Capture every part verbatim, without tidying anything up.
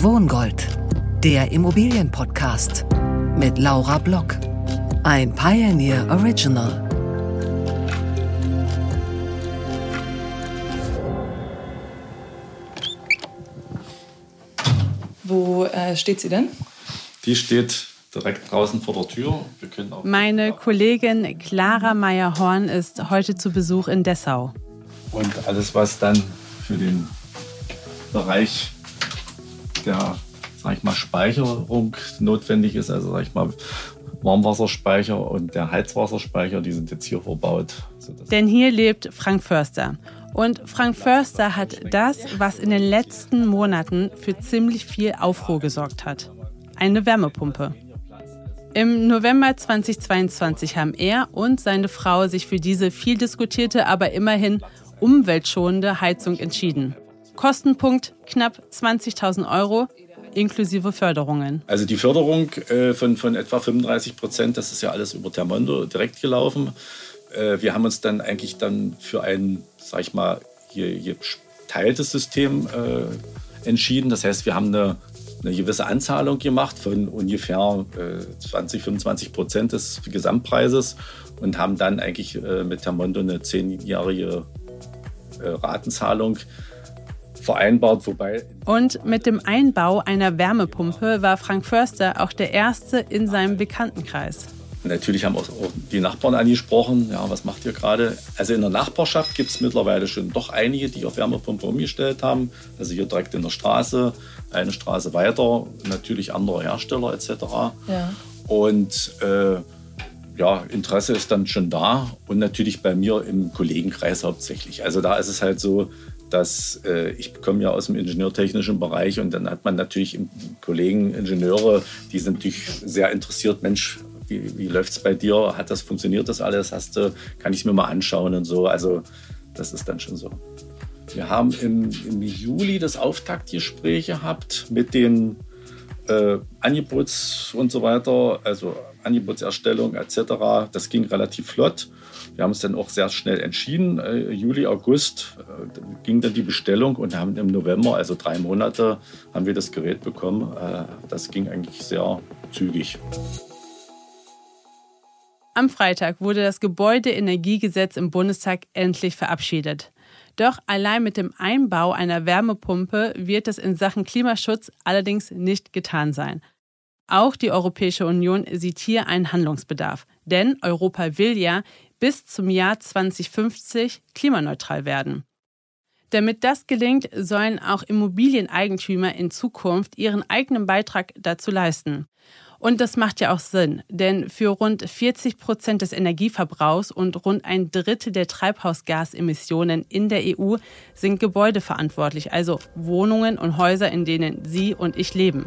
Wohngold, der Immobilienpodcast mit Laura Block. Ein Pioneer Original. Wo äh, steht sie denn? Die steht direkt draußen vor der Tür. Wir können auch Meine Kollegin Clara Meyer-Horn ist heute zu Besuch in Dessau. Und alles, was dann für den Bereich der, sag ich mal, Speicherung notwendig ist, also sag ich mal, Warmwasserspeicher und der Heizwasserspeicher, die sind jetzt hier verbaut. Denn hier lebt Frank Förster. Und Frank Förster hat das, was in den letzten Monaten für ziemlich viel Aufruhr gesorgt hat. Eine Wärmepumpe. Im November zweitausendzweiundzwanzig haben er und seine Frau sich für diese viel diskutierte, aber immerhin umweltschonende Heizung entschieden. Kostenpunkt knapp zwanzigtausend Euro, inklusive Förderungen. Also die Förderung äh, von, von etwa fünfunddreißig Prozent, das ist ja alles über Thermondo direkt gelaufen. Äh, wir haben uns dann eigentlich dann für ein, sag ich mal, hier, hier geteiltes System äh, entschieden. Das heißt, wir haben eine, eine gewisse Anzahlung gemacht von ungefähr äh, zwanzig, fünfundzwanzig Prozent des Gesamtpreises und haben dann eigentlich äh, mit Thermondo eine zehnjährige äh, Ratenzahlung vereinbart, wobei... Und mit dem Einbau einer Wärmepumpe war Frank Förster auch der Erste in seinem Bekanntenkreis. Natürlich haben auch die Nachbarn angesprochen, ja, was macht ihr gerade? Also in der Nachbarschaft gibt es mittlerweile schon doch einige, die auf Wärmepumpe umgestellt haben. Also hier direkt in der Straße, eine Straße weiter, natürlich andere Hersteller et cetera. Ja. Und äh, ja, Interesse ist dann schon da und natürlich bei mir im Kollegenkreis hauptsächlich. Also da ist es halt so, dass äh, ich komme ja aus dem ingenieurtechnischen Bereich und dann hat man natürlich Kollegen, Ingenieure, die sind natürlich sehr interessiert, Mensch, wie, wie läuft es bei dir? Hat das, funktioniert das alles? Hast du, kann ich es mir mal anschauen und so. Also das ist dann schon so. Wir haben im, im Juli das Auftaktgespräch gehabt mit den äh, Angebots und so weiter, also Angebotserstellung et cetera. Das ging relativ flott. Wir haben uns dann auch sehr schnell entschieden. Äh, Juli, August äh, ging dann die Bestellung und haben im November, also drei Monate, haben wir das Gerät bekommen. Äh, das ging eigentlich sehr zügig. Am Freitag wurde das Gebäudeenergiegesetz im Bundestag endlich verabschiedet. Doch allein mit dem Einbau einer Wärmepumpe wird es in Sachen Klimaschutz allerdings nicht getan sein. Auch die Europäische Union sieht hier einen Handlungsbedarf. Denn Europa will ja bis zum Jahr zweitausendfünfzig klimaneutral werden. Damit das gelingt, sollen auch Immobilieneigentümer in Zukunft ihren eigenen Beitrag dazu leisten. Und das macht ja auch Sinn, denn für rund vierzig Prozent des Energieverbrauchs und rund ein Drittel der Treibhausgasemissionen in der E U sind Gebäude verantwortlich, also Wohnungen und Häuser, in denen Sie und ich leben.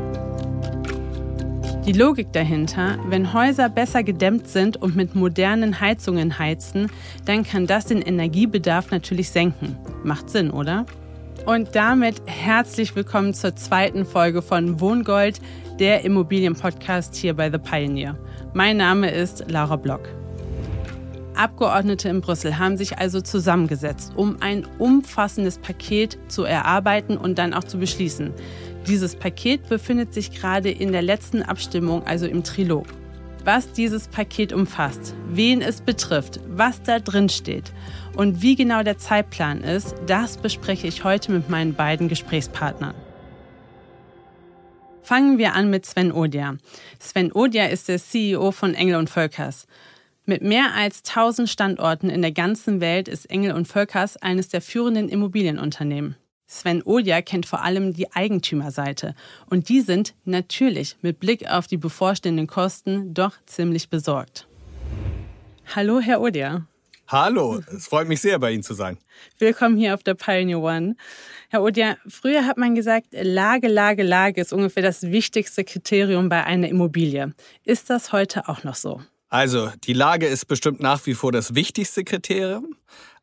Die Logik dahinter, wenn Häuser besser gedämmt sind und mit modernen Heizungen heizen, dann kann das den Energiebedarf natürlich senken. Macht Sinn, oder? Und damit herzlich willkommen zur zweiten Folge von Wohngold, der Immobilienpodcast hier bei The Pioneer. Mein Name ist Laura Block. Abgeordnete in Brüssel haben sich also zusammengesetzt, um ein umfassendes Paket zu erarbeiten und dann auch zu beschließen. Dieses Paket befindet sich gerade in der letzten Abstimmung, also im Trilog. Was dieses Paket umfasst, wen es betrifft, was da drin steht und wie genau der Zeitplan ist, das bespreche ich heute mit meinen beiden Gesprächspartnern. Fangen wir an mit Sven Odja. Sven Odja ist der C E O von Engel und Völkers. Mit mehr als tausend Standorten in der ganzen Welt ist Engel und Völkers eines der führenden Immobilienunternehmen. Sven Odja kennt vor allem die Eigentümerseite. Und die sind natürlich mit Blick auf die bevorstehenden Kosten doch ziemlich besorgt. Hallo, Herr Odja. Hallo, es freut mich sehr, bei Ihnen zu sein. Willkommen hier auf der Pioneer One. Herr Odja, früher hat man gesagt, Lage, Lage, Lage ist ungefähr das wichtigste Kriterium bei einer Immobilie. Ist das heute auch noch so? Also, die Lage ist bestimmt nach wie vor das wichtigste Kriterium.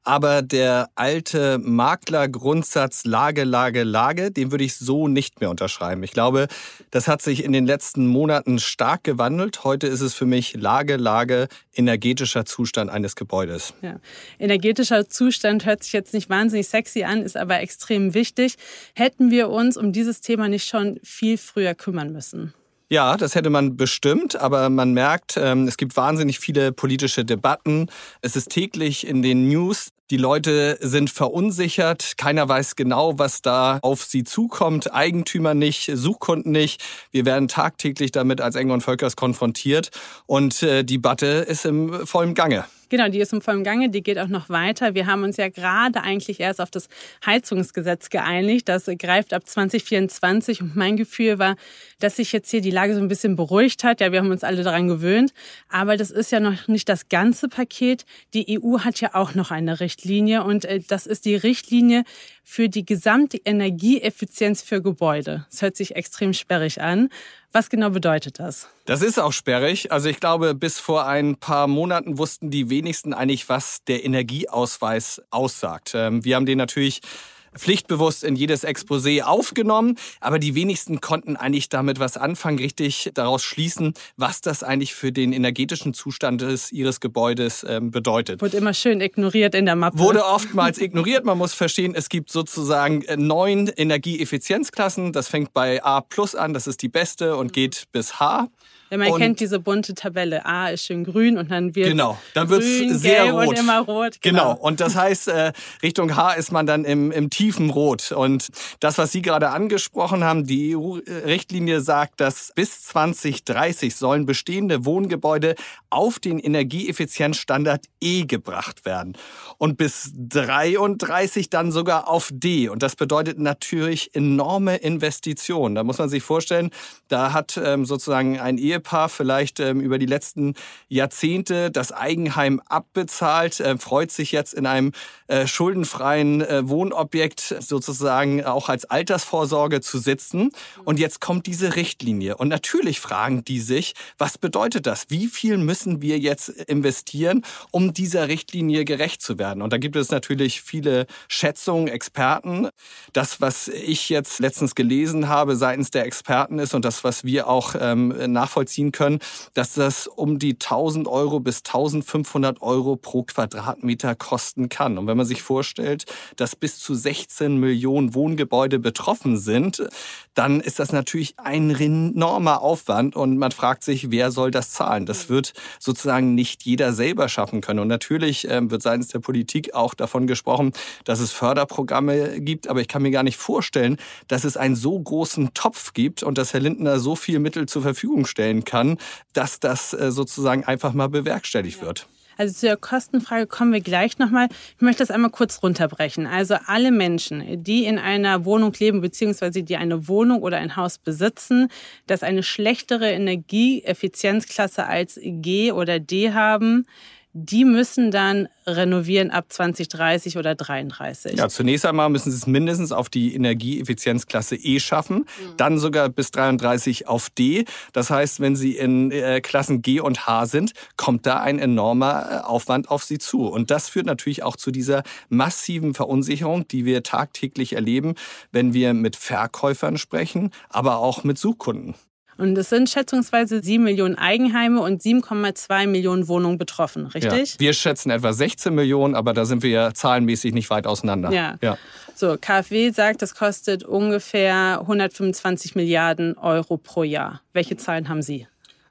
Aber der alte Maklergrundsatz Lage, Lage, Lage, den würde ich so nicht mehr unterschreiben. Ich glaube, das hat sich in den letzten Monaten stark gewandelt. Heute ist es für mich Lage, Lage, energetischer Zustand eines Gebäudes. Ja. Energetischer Zustand hört sich jetzt nicht wahnsinnig sexy an, ist aber extrem wichtig. Hätten wir uns um dieses Thema nicht schon viel früher kümmern müssen? Ja, das hätte man bestimmt, aber man merkt, es gibt wahnsinnig viele politische Debatten. Es ist täglich in den News. Die Leute sind verunsichert. Keiner weiß genau, was da auf sie zukommt. Eigentümer nicht, Suchkunden nicht. Wir werden tagtäglich damit als Engler und Völkers konfrontiert. Und die Debatte ist im vollen Gange. Genau, die ist im vollen Gange, die geht auch noch weiter. Wir haben uns ja gerade eigentlich erst auf das Heizungsgesetz geeinigt. Das greift ab zwanzig vierundzwanzig. Und mein Gefühl war, dass sich jetzt hier die Lage so ein bisschen beruhigt hat. Ja, wir haben uns alle daran gewöhnt. Aber das ist ja noch nicht das ganze Paket. Die E U hat ja auch noch eine Richtlinie. Und das ist die Richtlinie für die gesamte Energieeffizienz für Gebäude. Das hört sich extrem sperrig an. Was genau bedeutet das? Das ist auch sperrig. Also ich glaube, bis vor ein paar Monaten wussten die wenigsten eigentlich, was der Energieausweis aussagt. Wir haben den natürlich pflichtbewusst in jedes Exposé aufgenommen, aber die wenigsten konnten eigentlich damit was anfangen, richtig daraus schließen, was das eigentlich für den energetischen Zustand des, ihres Gebäudes ähm, bedeutet. Wurde immer schön ignoriert in der Mappe. Wurde oftmals ignoriert. Man muss verstehen, es gibt sozusagen neun Energieeffizienzklassen. Das fängt bei A plus an, das ist die beste und geht bis H. Ja, man und kennt diese bunte Tabelle. A ist schön grün und dann wird genau, dann wird's grün, sehr gelb rot. Und immer rot. Genau. genau. Und das heißt, äh, Richtung H ist man dann im, im tiefen Rot. Und das, was Sie gerade angesprochen haben, die E U-Richtlinie sagt, dass bis zwanzig dreißig sollen bestehende Wohngebäude auf den Energieeffizienzstandard E gebracht werden. Und bis dreiunddreißig dann sogar auf D. Und das bedeutet natürlich enorme Investitionen. Da muss man sich vorstellen, da hat ähm, sozusagen ein Ehepaar vielleicht ähm, über die letzten Jahrzehnte das Eigenheim abbezahlt, äh, freut sich jetzt in einem äh, schuldenfreien äh, Wohnobjekt sozusagen auch als Altersvorsorge zu sitzen. Und jetzt kommt diese Richtlinie. Und natürlich fragen die sich, was bedeutet das? Wie viel müssen wir jetzt investieren, um dieser Richtlinie gerecht zu werden? Und da gibt es natürlich viele Schätzungen, Experten. Das, was ich jetzt letztens gelesen habe seitens der Experten ist und das, was wir auch ähm, nachvollziehen können, dass das um die tausend Euro bis eintausendfünfhundert Euro pro Quadratmeter kosten kann. Und wenn man sich vorstellt, dass bis zu sechzehn Millionen Wohngebäude betroffen sind, dann ist das natürlich ein enormer Aufwand und man fragt sich, wer soll das zahlen? Das wird sozusagen nicht jeder selber schaffen können. Und natürlich wird seitens der Politik auch davon gesprochen, dass es Förderprogramme gibt, aber ich kann mir gar nicht vorstellen, dass es einen so großen Topf gibt und dass Herr Lindner so viel Mittel zur Verfügung stellen kann, dass das sozusagen einfach mal bewerkstelligt wird. Also zur Kostenfrage kommen wir gleich nochmal. Ich möchte das einmal kurz runterbrechen. Also alle Menschen, die in einer Wohnung leben, beziehungsweise die eine Wohnung oder ein Haus besitzen, das eine schlechtere Energieeffizienzklasse als G oder D haben, die müssen dann renovieren ab zwanzig dreißig oder dreiunddreißig. Ja, zunächst einmal müssen sie es mindestens auf die Energieeffizienzklasse E schaffen, mhm. dann sogar bis dreiunddreißig auf D. Das heißt, wenn sie in äh, Klassen G und H sind, kommt da ein enormer äh, Aufwand auf sie zu. Und das führt natürlich auch zu dieser massiven Verunsicherung, die wir tagtäglich erleben, wenn wir mit Verkäufern sprechen, aber auch mit Suchkunden. Und es sind schätzungsweise sieben Millionen Eigenheime und sieben Komma zwei Millionen Wohnungen betroffen, richtig? Ja, wir schätzen etwa sechzehn Millionen, aber da sind wir ja zahlenmäßig nicht weit auseinander. Ja. ja. So, KfW sagt, das kostet ungefähr hundertfünfundzwanzig Milliarden Euro pro Jahr. Welche Zahlen haben Sie?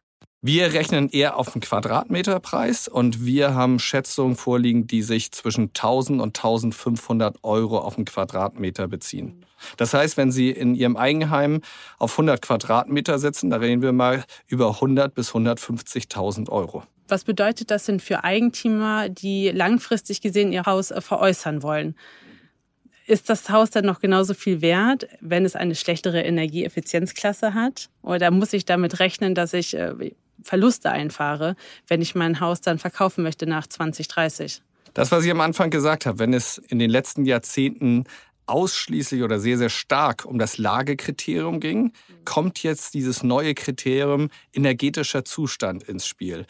Wir rechnen eher auf den Quadratmeterpreis und wir haben Schätzungen vorliegen, die sich zwischen tausend und eintausendfünfhundert Euro auf den Quadratmeter beziehen. Das heißt, wenn Sie in Ihrem Eigenheim auf hundert Quadratmeter sitzen, da reden wir mal über hundert bis hundertfünfzigtausend Euro. Was bedeutet das denn für Eigentümer, die langfristig gesehen ihr Haus veräußern wollen? Ist das Haus dann noch genauso viel wert, wenn es eine schlechtere Energieeffizienzklasse hat? Oder muss ich damit rechnen, dass ich Verluste einfahre, wenn ich mein Haus dann verkaufen möchte nach zwanzig dreißig? Das, was ich am Anfang gesagt habe, wenn es in den letzten Jahrzehnten ausschließlich oder sehr, sehr stark um das Lagekriterium ging, kommt jetzt dieses neue Kriterium energetischer Zustand ins Spiel.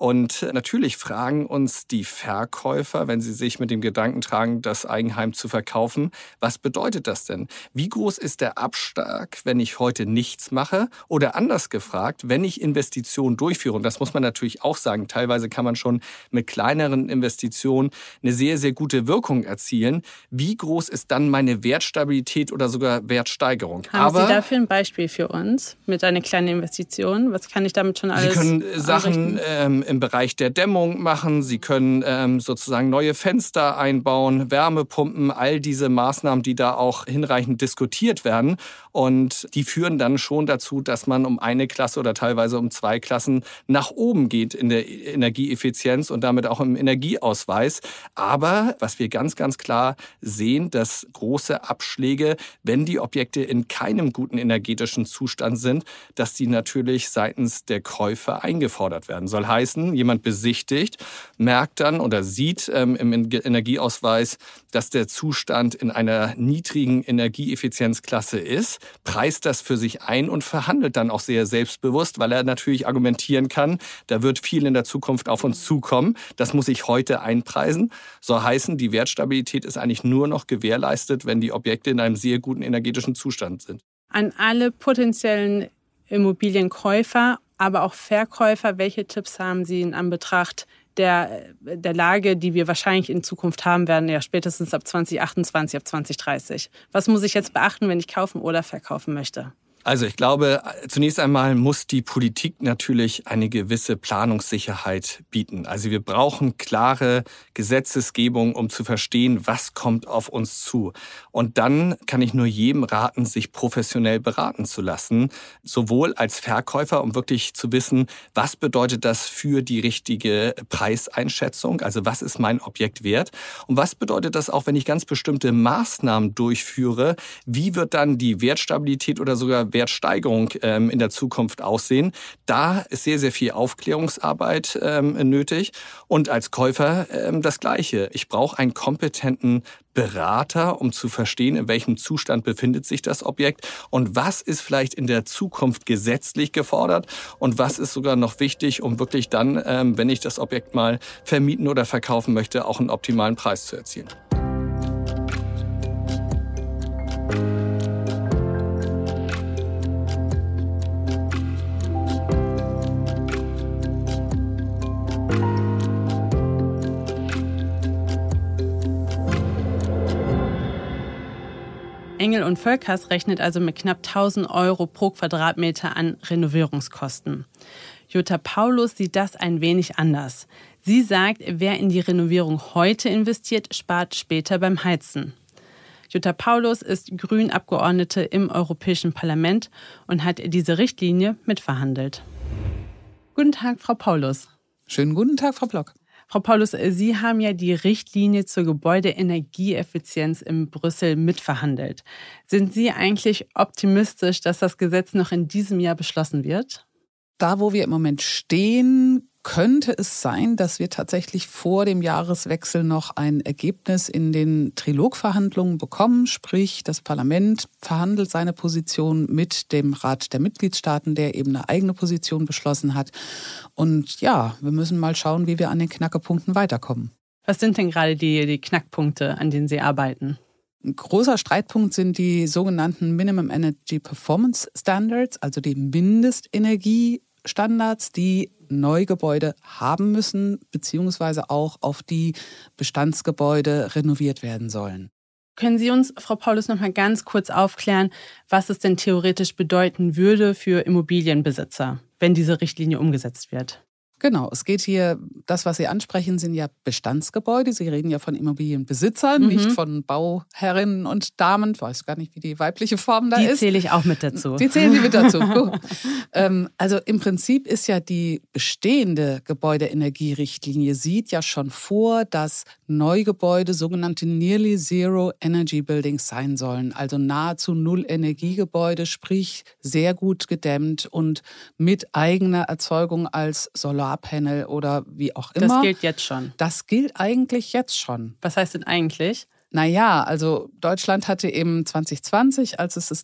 Und natürlich fragen uns die Verkäufer, wenn sie sich mit dem Gedanken tragen, das Eigenheim zu verkaufen, was bedeutet das denn? Wie groß ist der Abschlag, wenn ich heute nichts mache? Oder anders gefragt, wenn ich Investitionen durchführe, und das muss man natürlich auch sagen, teilweise kann man schon mit kleineren Investitionen eine sehr, sehr gute Wirkung erzielen. Wie groß ist dann meine Wertstabilität oder sogar Wertsteigerung? Haben Aber Sie dafür ein Beispiel für uns mit einer kleinen Investition? Was kann ich damit schon alles Sie können Sachen ähm, im Bereich der Dämmung machen. Sie können ähm, sozusagen neue Fenster einbauen, Wärmepumpen, all diese Maßnahmen, die da auch hinreichend diskutiert werden. Und die führen dann schon dazu, dass man um eine Klasse oder teilweise um zwei Klassen nach oben geht in der Energieeffizienz und damit auch im Energieausweis. Aber was wir ganz, ganz klar sehen, dass große Abschläge, wenn die Objekte in keinem guten energetischen Zustand sind, dass die natürlich seitens der Käufer eingefordert werden. Soll heißen, jemand besichtigt, merkt dann oder sieht ähm, im Energieausweis, dass der Zustand in einer niedrigen Energieeffizienzklasse ist, preist das für sich ein und verhandelt dann auch sehr selbstbewusst, weil er natürlich argumentieren kann, da wird viel in der Zukunft auf uns zukommen. Das muss ich heute einpreisen. Soll heißen, die Wertstabilität ist eigentlich nur noch gewährleistet, wenn die Objekte in einem sehr guten energetischen Zustand sind. An alle potenziellen Immobilienkäufer, aber auch Verkäufer, welche Tipps haben Sie in Anbetracht der, der Lage, die wir wahrscheinlich in Zukunft haben werden, ja spätestens ab zwanzig achtundzwanzig, ab zwanzig dreißig? Was muss ich jetzt beachten, wenn ich kaufen oder verkaufen möchte? Also ich glaube, zunächst einmal muss die Politik natürlich eine gewisse Planungssicherheit bieten. Also wir brauchen klare Gesetzesgebung, um zu verstehen, was kommt auf uns zu. Und dann kann ich nur jedem raten, sich professionell beraten zu lassen, sowohl als Verkäufer, um wirklich zu wissen, was bedeutet das für die richtige Preiseinschätzung, also was ist mein Objekt wert und was bedeutet das auch, wenn ich ganz bestimmte Maßnahmen durchführe, wie wird dann die Wertstabilität oder sogar Wertsteigerung ähm, in der Zukunft aussehen. Da ist sehr, sehr viel Aufklärungsarbeit ähm, nötig. Und als Käufer ähm, das Gleiche. Ich brauche einen kompetenten Berater, um zu verstehen, in welchem Zustand befindet sich das Objekt und was ist vielleicht in der Zukunft gesetzlich gefordert und was ist sogar noch wichtig, um wirklich dann, ähm, wenn ich das Objekt mal vermieten oder verkaufen möchte, auch einen optimalen Preis zu erzielen. Engel und Völkers rechnet also mit knapp tausend Euro pro Quadratmeter an Renovierungskosten. Jutta Paulus sieht das ein wenig anders. Sie sagt, wer in die Renovierung heute investiert, spart später beim Heizen. Jutta Paulus ist Grünabgeordnete im Europäischen Parlament und hat diese Richtlinie mitverhandelt. Guten Tag, Frau Paulus. Schönen guten Tag, Frau Block. Frau Paulus, Sie haben ja die Richtlinie zur Gebäudeenergieeffizienz in Brüssel mitverhandelt. Sind Sie eigentlich optimistisch, dass das Gesetz noch in diesem Jahr beschlossen wird? Da, wo wir im Moment stehen, könnte es sein, dass wir tatsächlich vor dem Jahreswechsel noch ein Ergebnis in den Trilogverhandlungen bekommen. Sprich, das Parlament verhandelt seine Position mit dem Rat der Mitgliedstaaten, der eben eine eigene Position beschlossen hat. Und ja, wir müssen mal schauen, wie wir an den Knackepunkten weiterkommen. Was sind denn gerade die, die Knackpunkte, an denen Sie arbeiten? Ein großer Streitpunkt sind die sogenannten Minimum Energy Performance Standards, also die Mindestenergiestandards, die Neugebäude haben müssen, beziehungsweise auch auf die Bestandsgebäude renoviert werden sollen. Können Sie uns, Frau Paulus, noch mal ganz kurz aufklären, was es denn theoretisch bedeuten würde für Immobilienbesitzer, wenn diese Richtlinie umgesetzt wird? Genau, es geht hier, das, was Sie ansprechen, sind ja Bestandsgebäude. Sie reden ja von Immobilienbesitzern, Mhm. nicht von Bauherrinnen und Damen. Ich weiß gar nicht, wie die weibliche Form da Die ist. Die zähle ich auch mit dazu. Die zählen Sie mit dazu. Gut. ähm, also im Prinzip ist ja die bestehende Gebäudeenergierichtlinie sieht ja schon vor, dass Neugebäude sogenannte Nearly Zero Energy Buildings sein sollen. Also nahezu Null-Energiegebäude, sprich sehr gut gedämmt und mit eigener Erzeugung als Solar Panel oder wie auch immer. Das gilt jetzt schon. Das gilt eigentlich jetzt schon. Was heißt denn eigentlich? Naja, also Deutschland hatte eben zwanzig zwanzig, als es es noch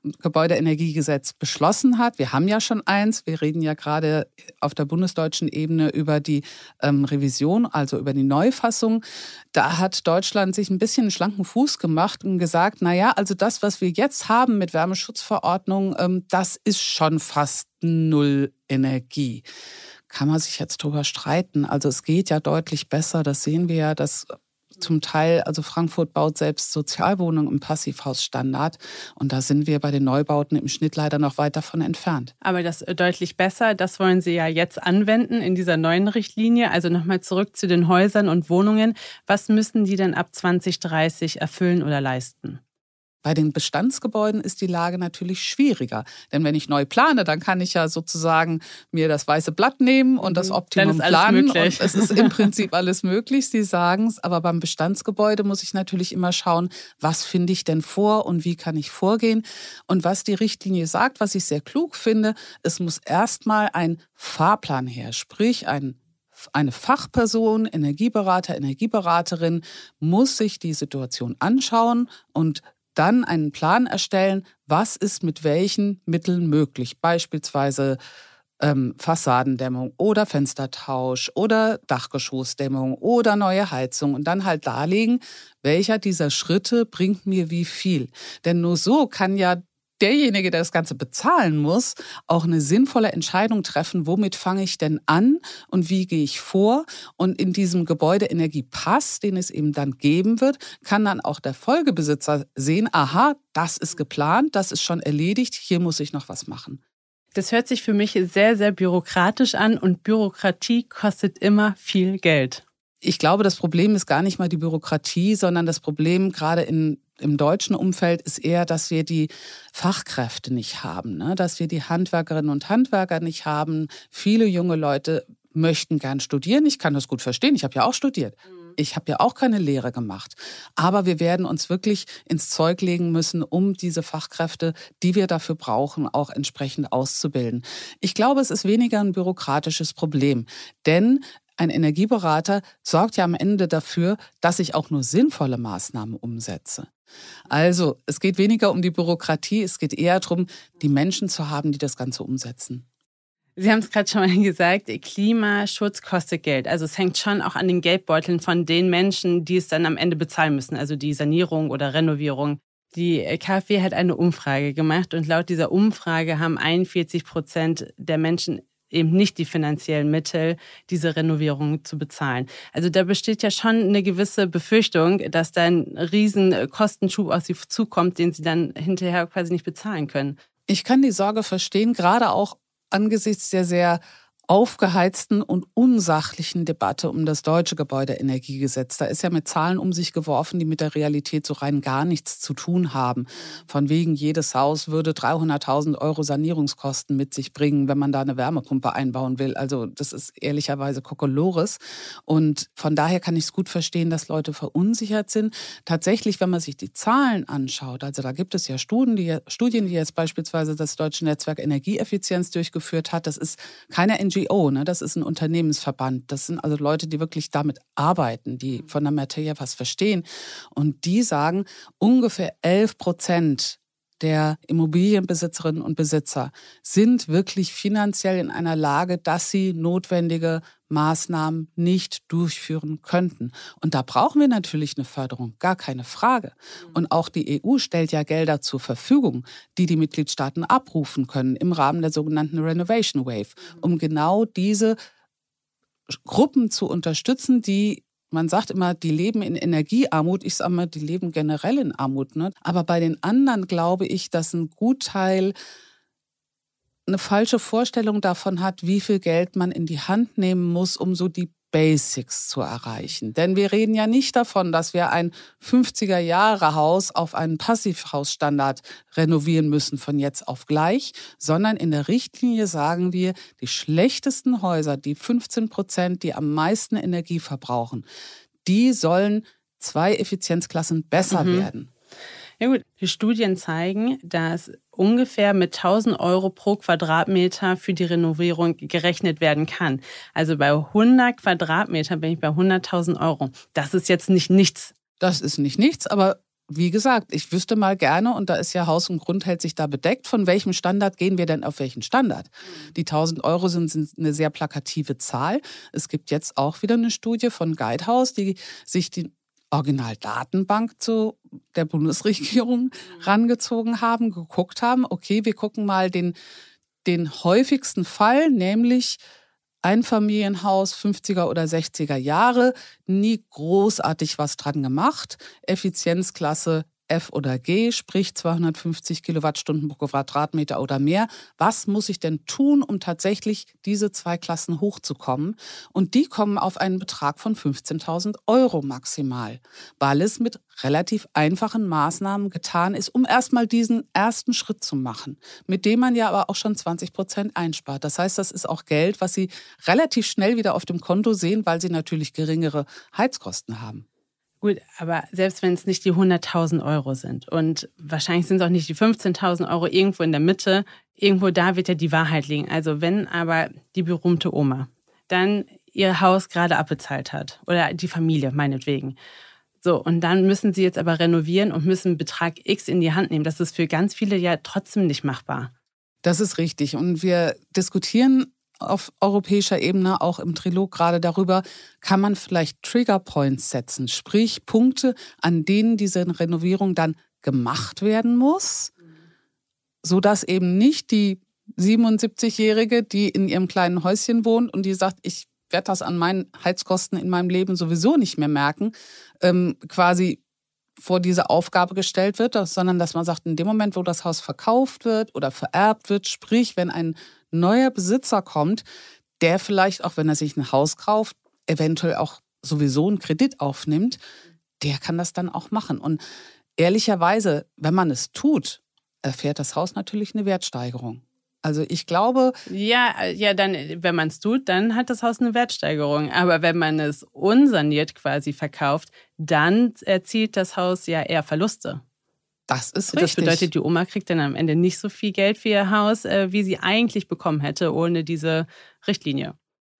Gebäudeenergiegesetz beschlossen hat. Wir haben ja schon eins. Wir reden ja gerade auf der bundesdeutschen Ebene über die ähm, Revision, also über die Neufassung. Da hat Deutschland sich ein bisschen einen schlanken Fuß gemacht und gesagt, naja, also das, was wir jetzt haben mit Wärmeschutzverordnung, ähm, das ist schon fast Null Energie. Kann man sich jetzt drüber streiten. Also es geht ja deutlich besser. Das sehen wir ja, dass zum Teil, also Frankfurt baut selbst Sozialwohnungen im Passivhausstandard. Und da sind wir bei den Neubauten im Schnitt leider noch weit davon entfernt. Aber das deutlich besser, das wollen Sie ja jetzt anwenden in dieser neuen Richtlinie. Also nochmal zurück zu den Häusern und Wohnungen. Was müssen die denn ab zwanzig dreißig erfüllen oder leisten? Bei den Bestandsgebäuden ist die Lage natürlich schwieriger. Denn wenn ich neu plane, dann kann ich ja sozusagen mir das weiße Blatt nehmen und das Optimum planen. Und es ist im Prinzip alles möglich, Sie sagen es. Aber beim Bestandsgebäude muss ich natürlich immer schauen, was finde ich denn vor und wie kann ich vorgehen. Und was die Richtlinie sagt, was ich sehr klug finde, es muss erstmal ein Fahrplan her, sprich ein Eine Fachperson, Energieberater, Energieberaterin muss sich die Situation anschauen und dann einen Plan erstellen, was ist mit welchen Mitteln möglich. Beispielsweise ähm, Fassadendämmung oder Fenstertausch oder Dachgeschossdämmung oder neue Heizung. Und dann halt darlegen, welcher dieser Schritte bringt mir wie viel. Denn nur so kann ja derjenige, der das Ganze bezahlen muss, auch eine sinnvolle Entscheidung treffen, womit fange ich denn an und wie gehe ich vor. Und in diesem Gebäudeenergiepass, den es eben dann geben wird, kann dann auch der Folgebesitzer sehen, aha, das ist geplant, das ist schon erledigt, hier muss ich noch was machen. Das hört sich für mich sehr, sehr bürokratisch an und Bürokratie kostet immer viel Geld. Ich glaube, das Problem ist gar nicht mal die Bürokratie, sondern das Problem gerade in im deutschen Umfeld ist eher, dass wir die Fachkräfte nicht haben, ne? Dass wir die Handwerkerinnen und Handwerker nicht haben. Viele junge Leute möchten gern studieren. Ich kann das gut verstehen. Ich habe ja auch studiert. Ich habe ja auch keine Lehre gemacht. Aber wir werden uns wirklich ins Zeug legen müssen, um diese Fachkräfte, die wir dafür brauchen, auch entsprechend auszubilden. Ich glaube, es ist weniger ein bürokratisches Problem. Denn ein Energieberater sorgt ja am Ende dafür, dass ich auch nur sinnvolle Maßnahmen umsetze. Also es geht weniger um die Bürokratie, es geht eher darum, die Menschen zu haben, die das Ganze umsetzen. Sie haben es gerade schon mal gesagt, Klimaschutz kostet Geld. Also es hängt schon auch an den Geldbeuteln von den Menschen, die es dann am Ende bezahlen müssen, also die Sanierung oder Renovierung. Die KfW hat eine Umfrage gemacht und laut dieser Umfrage haben einundvierzig Prozent der Menschen eben nicht die finanziellen Mittel, diese Renovierung zu bezahlen. Also da besteht ja schon eine gewisse Befürchtung, dass da ein riesen Kostenschub auf sie zukommt, den sie dann hinterher quasi nicht bezahlen können. Ich kann die Sorge verstehen, gerade auch angesichts der sehr aufgeheizten und unsachlichen Debatte um das deutsche Gebäudeenergiegesetz. Da ist ja mit Zahlen um sich geworfen, die mit der Realität so rein gar nichts zu tun haben. Von wegen, jedes Haus würde dreihunderttausend Euro Sanierungskosten mit sich bringen, wenn man da eine Wärmepumpe einbauen will. Also das ist ehrlicherweise Kokolores. Und von daher kann ich es gut verstehen, dass Leute verunsichert sind. Tatsächlich, wenn man sich die Zahlen anschaut, also da gibt es ja Studien, die, Studien, die jetzt beispielsweise das Deutsche Netzwerk Energieeffizienz durchgeführt hat. Das ist keine N G O, ne? Das ist ein Unternehmensverband. Das sind also Leute, die wirklich damit arbeiten, die von der Materie was verstehen. Und die sagen, ungefähr elf Prozent der Immobilienbesitzerinnen und Besitzer sind wirklich finanziell in einer Lage, dass sie notwendige Maßnahmen nicht durchführen könnten. Und da brauchen wir natürlich eine Förderung, gar keine Frage. Und auch die E U stellt ja Gelder zur Verfügung, die die Mitgliedstaaten abrufen können im Rahmen der sogenannten Renovation Wave, um genau diese Gruppen zu unterstützen, die, man sagt immer, die leben in Energiearmut. Ich sage mal, die leben generell in Armut. Ne? Aber bei den anderen glaube ich, dass ein Gutteil eine falsche Vorstellung davon hat, wie viel Geld man in die Hand nehmen muss, um so die Basics zu erreichen. Denn wir reden ja nicht davon, dass wir ein fünfziger-Jahre-Haus auf einen Passivhausstandard renovieren müssen von jetzt auf gleich, sondern in der Richtlinie sagen wir, die schlechtesten Häuser, die fünfzehn Prozent, die am meisten Energie verbrauchen, die sollen zwei Effizienzklassen besser mhm. werden. Ja gut, die Studien zeigen, dass ungefähr mit tausend Euro pro Quadratmeter für die Renovierung gerechnet werden kann. Also bei hundert Quadratmeter bin ich bei hunderttausend Euro. Das ist jetzt nicht nichts. Das ist nicht nichts, aber wie gesagt, ich wüsste mal gerne, und da ist ja Haus und Grund hält sich da bedeckt, von welchem Standard gehen wir denn auf welchen Standard? Die tausend Euro sind, sind eine sehr plakative Zahl. Es gibt jetzt auch wieder eine Studie von Guidehouse, die sich die Originaldatenbank zu der Bundesregierung rangezogen haben, geguckt haben, okay, wir gucken mal den, den häufigsten Fall, nämlich Einfamilienhaus, fünfziger oder sechziger Jahre, nie großartig was dran gemacht, Effizienzklasse F oder G, sprich zweihundertfünfzig Kilowattstunden pro Quadratmeter oder mehr. Was muss ich denn tun, um tatsächlich diese zwei Klassen hochzukommen? Und die kommen auf einen Betrag von fünfzehntausend Euro maximal, weil es mit relativ einfachen Maßnahmen getan ist, um erstmal diesen ersten Schritt zu machen, mit dem man ja aber auch schon zwanzig Prozent einspart. Das heißt, das ist auch Geld, was Sie relativ schnell wieder auf dem Konto sehen, weil Sie natürlich geringere Heizkosten haben. Gut, aber selbst wenn es nicht die hunderttausend Euro sind und wahrscheinlich sind es auch nicht die fünfzehntausend Euro irgendwo in der Mitte, irgendwo da wird ja die Wahrheit liegen. Also wenn aber die berühmte Oma dann ihr Haus gerade abbezahlt hat oder die Familie meinetwegen, so, und dann müssen sie jetzt aber renovieren und müssen Betrag X in die Hand nehmen. Das ist für ganz viele ja trotzdem nicht machbar. Das ist richtig und wir diskutieren auf europäischer Ebene, auch im Trilog gerade darüber, kann man vielleicht Triggerpoints setzen, sprich Punkte, an denen diese Renovierung dann gemacht werden muss, sodass eben nicht die siebenundsiebzigjährige, die in ihrem kleinen Häuschen wohnt und die sagt, ich werde das an meinen Heizkosten in meinem Leben sowieso nicht mehr merken, ähm, quasi vor diese Aufgabe gestellt wird, sondern dass man sagt, in dem Moment, wo das Haus verkauft wird oder vererbt wird, sprich, wenn ein neuer Besitzer kommt, der vielleicht, auch wenn er sich ein Haus kauft, eventuell auch sowieso einen Kredit aufnimmt, der kann das dann auch machen. Und ehrlicherweise, wenn man es tut, erfährt das Haus natürlich eine Wertsteigerung. Also ich glaube... Ja, ja, dann, wenn man es tut, dann hat das Haus eine Wertsteigerung. Aber wenn man es unsaniert quasi verkauft, dann erzielt das Haus ja eher Verluste. Das ist das richtig. Das bedeutet, die Oma kriegt dann am Ende nicht so viel Geld für ihr Haus, wie sie eigentlich bekommen hätte ohne diese Richtlinie.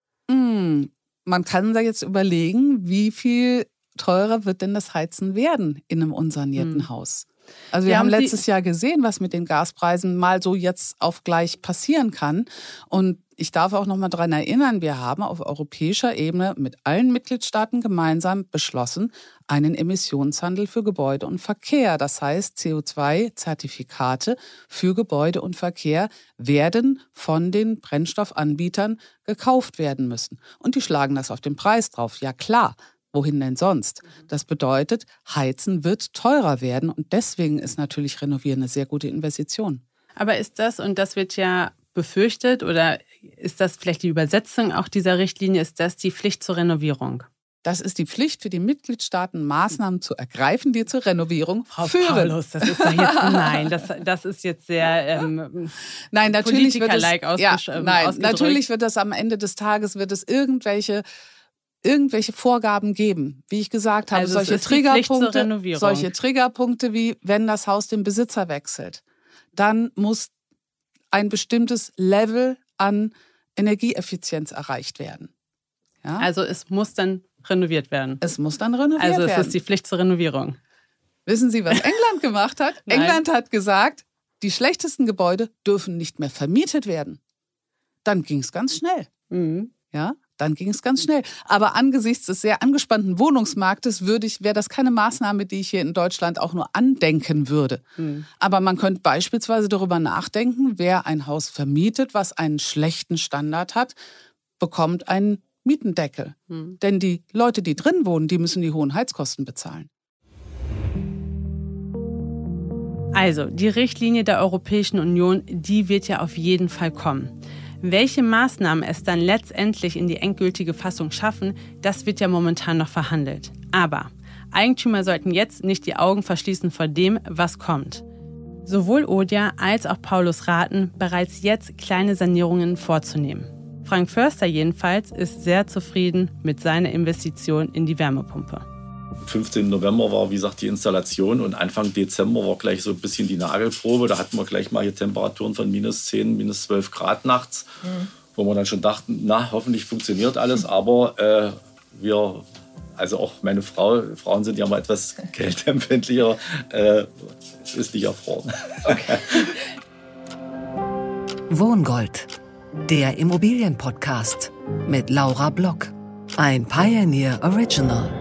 Mm, man kann da jetzt überlegen, wie viel teurer wird denn das Heizen werden in einem unsanierten mm. Haus. Also wir, wir haben letztes Jahr gesehen, was mit den Gaspreisen mal so jetzt auf gleich passieren kann. Und ich darf auch noch mal daran erinnern, wir haben auf europäischer Ebene mit allen Mitgliedstaaten gemeinsam beschlossen, einen Emissionshandel für Gebäude und Verkehr. Das heißt, C O zwei Zertifikate für Gebäude und Verkehr werden von den Brennstoffanbietern gekauft werden müssen. Und die schlagen das auf den Preis drauf. Ja klar. Wohin denn sonst? Das bedeutet, Heizen wird teurer werden und deswegen ist natürlich Renovieren eine sehr gute Investition. Aber ist das, und das wird ja befürchtet, oder ist das vielleicht die Übersetzung auch dieser Richtlinie, ist das die Pflicht zur Renovierung? Das ist die Pflicht für die Mitgliedstaaten, Maßnahmen zu ergreifen, die zur Renovierung Frau führen. Paulus, das ist doch jetzt, nein, das, das ist jetzt sehr ähm, nein, natürlich wird es, ja, ähm, nein, natürlich wird das am Ende des Tages, wird es irgendwelche irgendwelche Vorgaben geben, wie ich gesagt habe, also solche Triggerpunkte, solche Triggerpunkte wie wenn das Haus den Besitzer wechselt, dann muss ein bestimmtes Level an Energieeffizienz erreicht werden. Ja? Also es muss dann renoviert werden. Es muss dann renoviert werden. Also es werden. ist die Pflicht zur Renovierung. Wissen Sie, was England gemacht hat? England hat gesagt, die schlechtesten Gebäude dürfen nicht mehr vermietet werden. Dann ging es ganz schnell. Mhm. Ja, dann ging es ganz schnell. Aber angesichts des sehr angespannten Wohnungsmarktes würde ich, wäre das keine Maßnahme, die ich hier in Deutschland auch nur andenken würde. Mhm. Aber man könnte beispielsweise darüber nachdenken, wer ein Haus vermietet, was einen schlechten Standard hat, bekommt einen Mietendeckel. Mhm. Denn die Leute, die drin wohnen, die müssen die hohen Heizkosten bezahlen. Also, die Richtlinie der Europäischen Union, die wird ja auf jeden Fall kommen. Welche Maßnahmen es dann letztendlich in die endgültige Fassung schaffen, das wird ja momentan noch verhandelt. Aber Eigentümer sollten jetzt nicht die Augen verschließen vor dem, was kommt. Sowohl Odia als auch Paulus raten, bereits jetzt kleine Sanierungen vorzunehmen. Frank Förster jedenfalls ist sehr zufrieden mit seiner Investition in die Wärmepumpe. fünfzehnten November war, wie gesagt, die Installation und Anfang Dezember war gleich so ein bisschen die Nagelprobe. Da hatten wir gleich mal hier Temperaturen von minus zehn, minus zwölf Grad nachts, mhm. wo wir dann schon dachten, na, hoffentlich funktioniert alles. Aber äh, wir Also auch meine Frau, Frauen sind ja mal etwas kälteempfindlicher, äh, ist nicht erfroren. Okay. Wohngold, der Immobilienpodcast mit Laura Block. Ein Pioneer Original.